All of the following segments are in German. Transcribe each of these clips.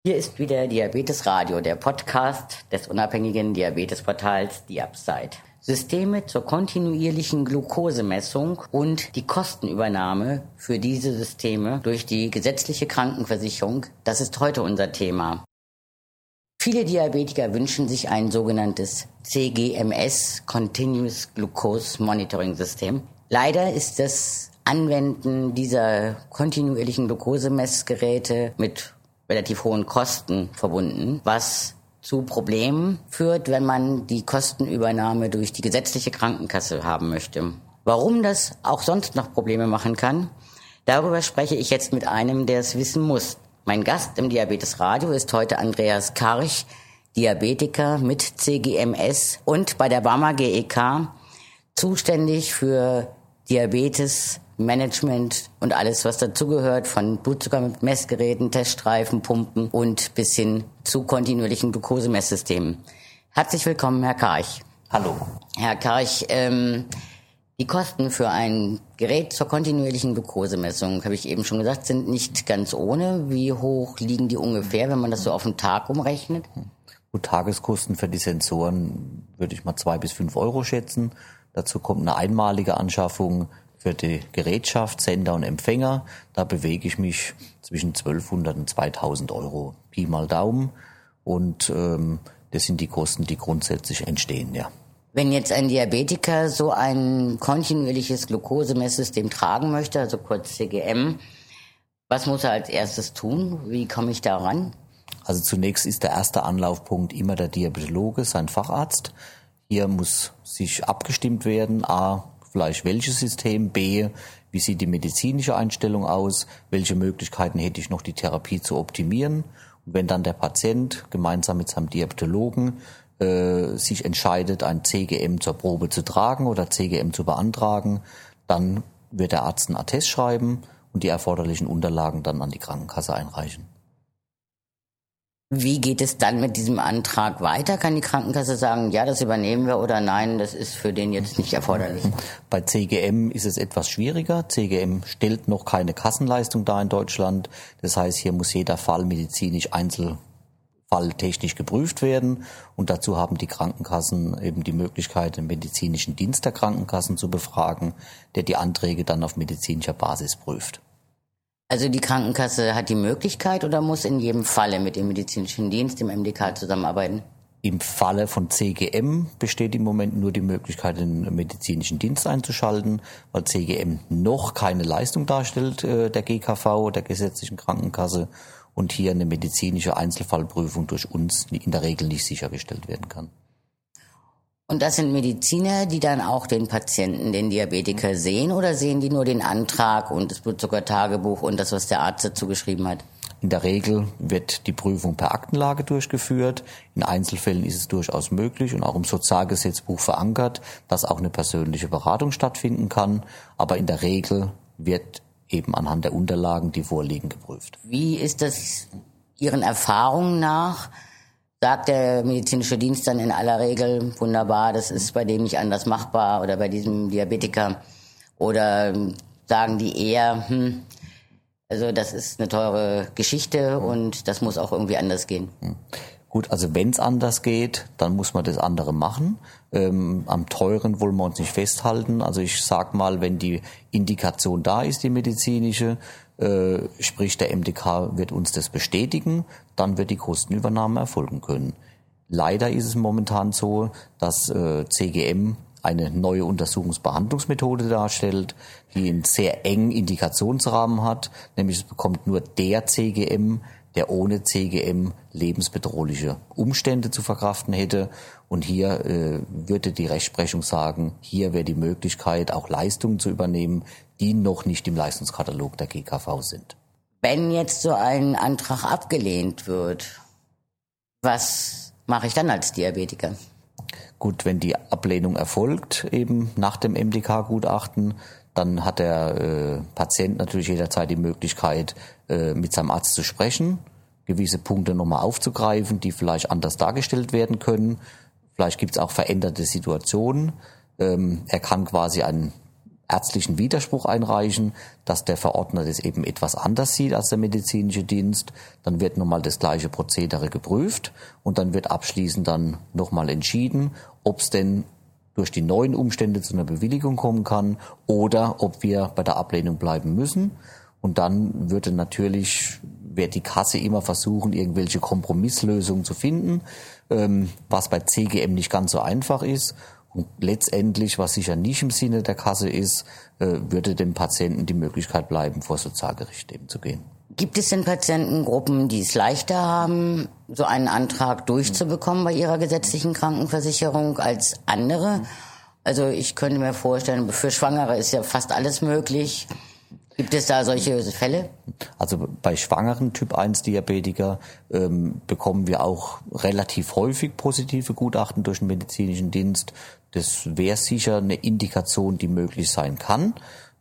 Hier ist wieder Diabetes Radio, der Podcast des unabhängigen Diabetesportals DiabSite. Systeme zur kontinuierlichen Glukosemessung und die Kostenübernahme für diese Systeme durch die gesetzliche Krankenversicherung, das ist heute unser Thema. Viele Diabetiker wünschen sich ein sogenanntes CGMS, Continuous Glucose Monitoring System. Leider ist das Anwenden dieser kontinuierlichen Glukosemessgeräte mit relativ hohen Kosten verbunden, was zu Problemen führt, wenn man die Kostenübernahme durch die gesetzliche Krankenkasse haben möchte. Warum das auch sonst noch Probleme machen kann, darüber spreche ich jetzt mit einem, der es wissen muss. Mein Gast im Diabetes Radio ist heute Andreas Karch, Diabetiker mit CGMS und bei der Barmer GEK zuständig für Diabetes-Management und alles, was dazugehört, von Blutzucker mit Messgeräten, Teststreifen, Pumpen und bis hin zu kontinuierlichen Glukosemesssystemen. Herzlich willkommen, Herr Karch. Hallo. Herr Karch, die Kosten für ein Gerät zur kontinuierlichen Glukosemessung, habe ich eben schon gesagt, sind nicht ganz ohne. Wie hoch liegen die ungefähr, wenn man das so auf den Tag umrechnet? Gut, Tageskosten für die Sensoren würde ich mal 2 bis 5 Euro schätzen. Dazu kommt eine einmalige Anschaffung für die Gerätschaft, Sender und Empfänger. Da bewege ich mich zwischen 1200 und 2000 Euro, Pi mal Daumen. Und das sind die Kosten, die grundsätzlich entstehen, ja. Wenn jetzt ein Diabetiker so ein kontinuierliches Glukosemesssystem tragen möchte, also kurz CGM, was muss er als erstes tun? Wie komme ich da ran? Also zunächst ist der erste Anlaufpunkt immer der Diabetologe, sein Facharzt. Hier muss sich abgestimmt werden, a, vielleicht welches System, b, wie sieht die medizinische Einstellung aus, welche Möglichkeiten hätte ich noch, die Therapie zu optimieren. Und wenn dann der Patient gemeinsam mit seinem Diabetologen sich entscheidet, ein CGM zur Probe zu tragen oder CGM zu beantragen, dann wird der Arzt einen Attest schreiben und die erforderlichen Unterlagen dann an die Krankenkasse einreichen. Wie geht es dann mit diesem Antrag weiter? Kann die Krankenkasse sagen, ja, das übernehmen wir oder nein, das ist für den jetzt nicht erforderlich? Bei CGM ist es etwas schwieriger. CGM stellt noch keine Kassenleistung dar in Deutschland. Das heißt, hier muss jeder Fall medizinisch einzelfalltechnisch geprüft werden. Und dazu haben die Krankenkassen eben die Möglichkeit, den medizinischen Dienst der Krankenkassen zu befragen, der die Anträge dann auf medizinischer Basis prüft. Also die Krankenkasse hat die Möglichkeit oder muss in jedem Falle mit dem medizinischen Dienst, dem MDK, zusammenarbeiten? Im Falle von CGM besteht im Moment nur die Möglichkeit, den medizinischen Dienst einzuschalten, weil CGM noch keine Leistung darstellt, der GKV, der gesetzlichen Krankenkasse, und hier eine medizinische Einzelfallprüfung durch uns in der Regel nicht sichergestellt werden kann. Und das sind Mediziner, die dann auch den Patienten, den Diabetiker sehen, oder sehen die nur den Antrag und das Blutzuckertagebuch und das, was der Arzt dazu geschrieben hat? In der Regel wird die Prüfung per Aktenlage durchgeführt. In Einzelfällen ist es durchaus möglich und auch im Sozialgesetzbuch verankert, dass auch eine persönliche Beratung stattfinden kann. Aber in der Regel wird eben anhand der Unterlagen, die vorliegen, geprüft. Wie ist das Ihren Erfahrungen nach? Sagt der medizinische Dienst dann in aller Regel, wunderbar, das ist bei dem nicht anders machbar oder bei diesem Diabetiker? Oder sagen die eher, also das ist eine teure Geschichte und das muss auch irgendwie anders gehen? Gut, also wenn es anders geht, dann muss man das andere machen. Am teuren wollen wir uns nicht festhalten. Also ich sag mal, wenn die Indikation da ist, die medizinische, sprich der MDK wird uns das bestätigen, dann wird die Kostenübernahme erfolgen können. Leider ist es momentan so, dass CGM eine neue Untersuchungsbehandlungsmethode darstellt, die einen sehr engen Indikationsrahmen hat, nämlich es bekommt nur der CGM, der ohne CGM lebensbedrohliche Umstände zu verkraften hätte. Und hier würde die Rechtsprechung sagen, hier wäre die Möglichkeit, auch Leistungen zu übernehmen, die noch nicht im Leistungskatalog der GKV sind. Wenn jetzt so ein Antrag abgelehnt wird, was mache ich dann als Diabetiker? Gut, wenn die Ablehnung erfolgt, eben nach dem MDK-Gutachten, dann hat der Patient natürlich jederzeit die Möglichkeit, mit seinem Arzt zu sprechen, gewisse Punkte nochmal aufzugreifen, die vielleicht anders dargestellt werden können. Vielleicht gibt es auch veränderte Situationen. Er kann quasi einen ärztlichen Widerspruch einreichen, dass der Verordner das eben etwas anders sieht als der medizinische Dienst. Dann wird nochmal das gleiche Prozedere geprüft und dann wird abschließend dann nochmal entschieden, ob es denn durch die neuen Umstände zu einer Bewilligung kommen kann oder ob wir bei der Ablehnung bleiben müssen. Und dann wird die Kasse immer versuchen, irgendwelche Kompromisslösungen zu finden, was bei CGM nicht ganz so einfach ist. Und letztendlich, was sicher nicht im Sinne der Kasse ist, würde dem Patienten die Möglichkeit bleiben, vor Sozialgericht eben zu gehen. Gibt es denn Patientengruppen, die es leichter haben, so einen Antrag durchzubekommen bei ihrer gesetzlichen Krankenversicherung als andere? Also ich könnte mir vorstellen, für Schwangere ist ja fast alles möglich. Gibt es da solche Fälle? Also bei schwangeren Typ-1-Diabetiker bekommen wir auch relativ häufig positive Gutachten durch den medizinischen Dienst. Das wäre sicher eine Indikation, die möglich sein kann.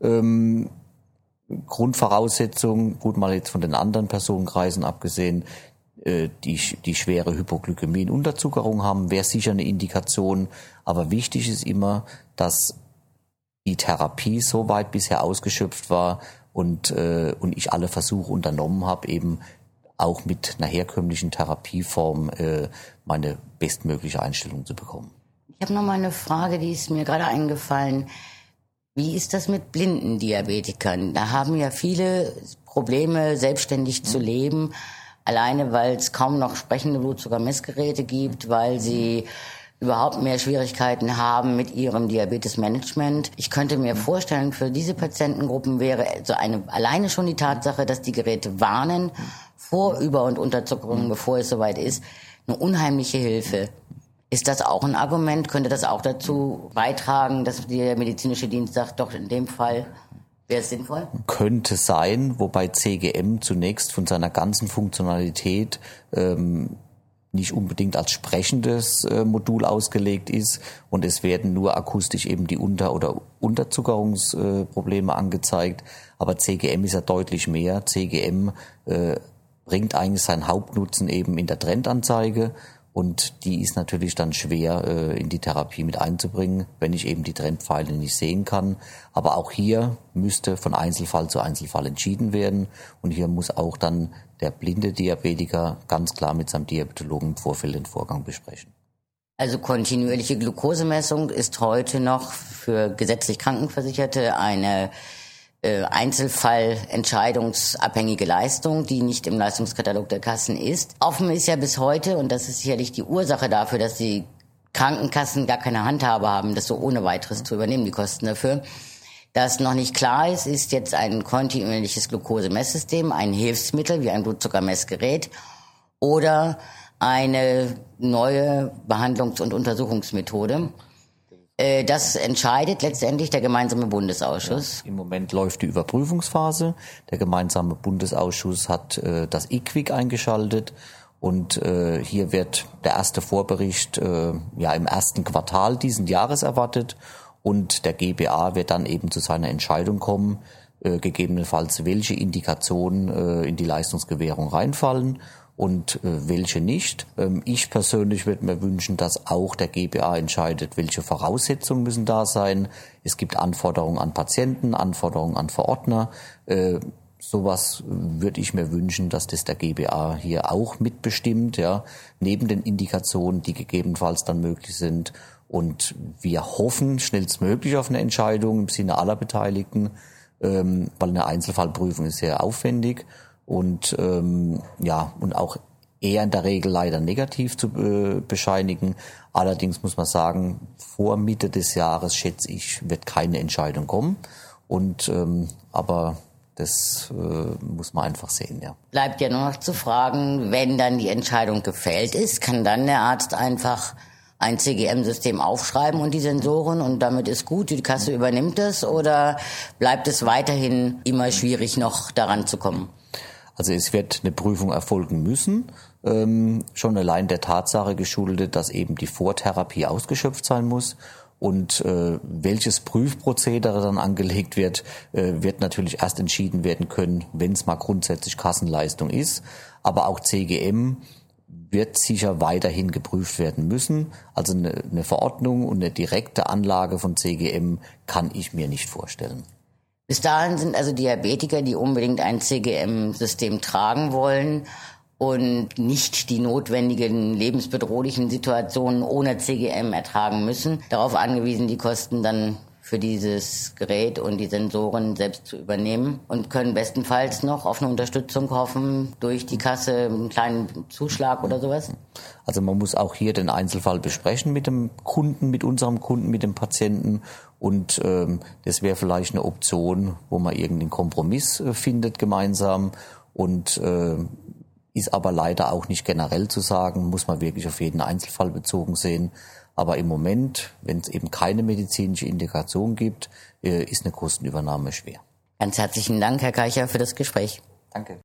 Grundvoraussetzung, gut mal jetzt von den anderen Personenkreisen abgesehen, die schwere Hypoglykämie und Unterzuckerung haben, wäre sicher eine Indikation. Aber wichtig ist immer, dass die Therapie so weit bisher ausgeschöpft war und ich alle Versuche unternommen habe, eben auch mit einer herkömmlichen Therapieform meine bestmögliche Einstellung zu bekommen. Ich habe noch mal eine Frage, die ist mir gerade eingefallen. Wie ist das mit blinden Diabetikern? Da haben ja viele Probleme, selbstständig zu leben, alleine weil es kaum noch sprechende Blutzuckermessgeräte gibt, weil sie überhaupt mehr Schwierigkeiten haben mit ihrem Diabetesmanagement. Ich könnte mir vorstellen, für diese Patientengruppen wäre so alleine schon die Tatsache, dass die Geräte warnen vor Über- und Unterzuckerung, bevor es soweit ist, eine unheimliche Hilfe. Ist das auch ein Argument? Könnte das auch dazu beitragen, dass der medizinische Dienst sagt, doch in dem Fall wäre es sinnvoll? Könnte sein, wobei CGM zunächst von seiner ganzen Funktionalität nicht unbedingt als sprechendes Modul ausgelegt ist und es werden nur akustisch eben die Unter- oder Unterzuckerungsprobleme angezeigt. Aber CGM ist ja deutlich mehr. CGM bringt eigentlich seinen Hauptnutzen eben in der Trendanzeige und die ist natürlich dann schwer in die Therapie mit einzubringen, wenn ich eben die Trendpfeile nicht sehen kann. Aber auch hier müsste von Einzelfall zu Einzelfall entschieden werden und hier muss auch dann der blinde Diabetiker ganz klar mit seinem Diabetologen im Vorfeld den Vorgang besprechen. Also kontinuierliche Glukosemessung ist heute noch für gesetzlich Krankenversicherte eine einzelfallentscheidungsabhängige Leistung, die nicht im Leistungskatalog der Kassen ist. Offen ist ja bis heute, und das ist sicherlich die Ursache dafür, dass die Krankenkassen gar keine Handhabe haben, das so ohne weiteres zu übernehmen, die Kosten dafür. Das noch nicht klar ist, ist jetzt ein kontinuierliches Glukosemesssystem, ein Hilfsmittel wie ein Blutzuckermessgerät oder eine neue Behandlungs- und Untersuchungsmethode. Das entscheidet letztendlich der gemeinsame Bundesausschuss. Im Moment läuft die Überprüfungsphase. Der gemeinsame Bundesausschuss hat das IQWiG eingeschaltet und hier wird der erste Vorbericht im ersten Quartal diesen Jahres erwartet und der GBA wird dann eben zu seiner Entscheidung kommen, gegebenenfalls welche Indikationen in die Leistungsgewährung reinfallen und welche nicht. Ich persönlich würde mir wünschen, dass auch der GBA entscheidet, welche Voraussetzungen müssen da sein. Es gibt Anforderungen an Patienten, Anforderungen an Verordner. Sowas würde ich mir wünschen, dass das der GBA hier auch mitbestimmt, ja, neben den Indikationen, die gegebenenfalls dann möglich sind. Und wir hoffen schnellstmöglich auf eine Entscheidung im Sinne aller Beteiligten, weil eine Einzelfallprüfung ist sehr aufwendig. Und und auch eher in der Regel leider negativ zu bescheinigen. Allerdings muss man sagen, vor Mitte des Jahres, schätze ich, wird keine Entscheidung kommen. Und aber das muss man einfach sehen, ja. Bleibt ja nur noch zu fragen, wenn dann die Entscheidung gefällt ist, kann dann der Arzt einfach ein CGM-System aufschreiben und die Sensoren und damit ist gut, die Kasse übernimmt das oder bleibt es weiterhin immer schwierig, noch daran zu kommen? Also es wird eine Prüfung erfolgen müssen, schon allein der Tatsache geschuldet, dass eben die Vortherapie ausgeschöpft sein muss. Und welches Prüfprozedere dann angelegt wird, wird natürlich erst entschieden werden können, wenn es mal grundsätzlich Kassenleistung ist. Aber auch CGM wird sicher weiterhin geprüft werden müssen. Also eine Verordnung und eine direkte Anlage von CGM kann ich mir nicht vorstellen. Bis dahin sind also Diabetiker, die unbedingt ein CGM-System tragen wollen und nicht die notwendigen lebensbedrohlichen Situationen ohne CGM ertragen müssen, darauf angewiesen, die Kosten dann für dieses Gerät und die Sensoren selbst zu übernehmen und können bestenfalls noch auf eine Unterstützung hoffen durch die Kasse, einen kleinen Zuschlag oder sowas? Also man muss auch hier den Einzelfall besprechen mit dem Kunden, mit unserem Kunden, mit dem Patienten und das wäre vielleicht eine Option, wo man irgendeinen Kompromiss findet gemeinsam und ist aber leider auch nicht generell zu sagen, muss man wirklich auf jeden Einzelfall bezogen sehen. Aber im Moment, wenn es eben keine medizinische Indikation gibt, ist eine Kostenübernahme schwer. Ganz herzlichen Dank, Herr Keicher, für das Gespräch. Danke.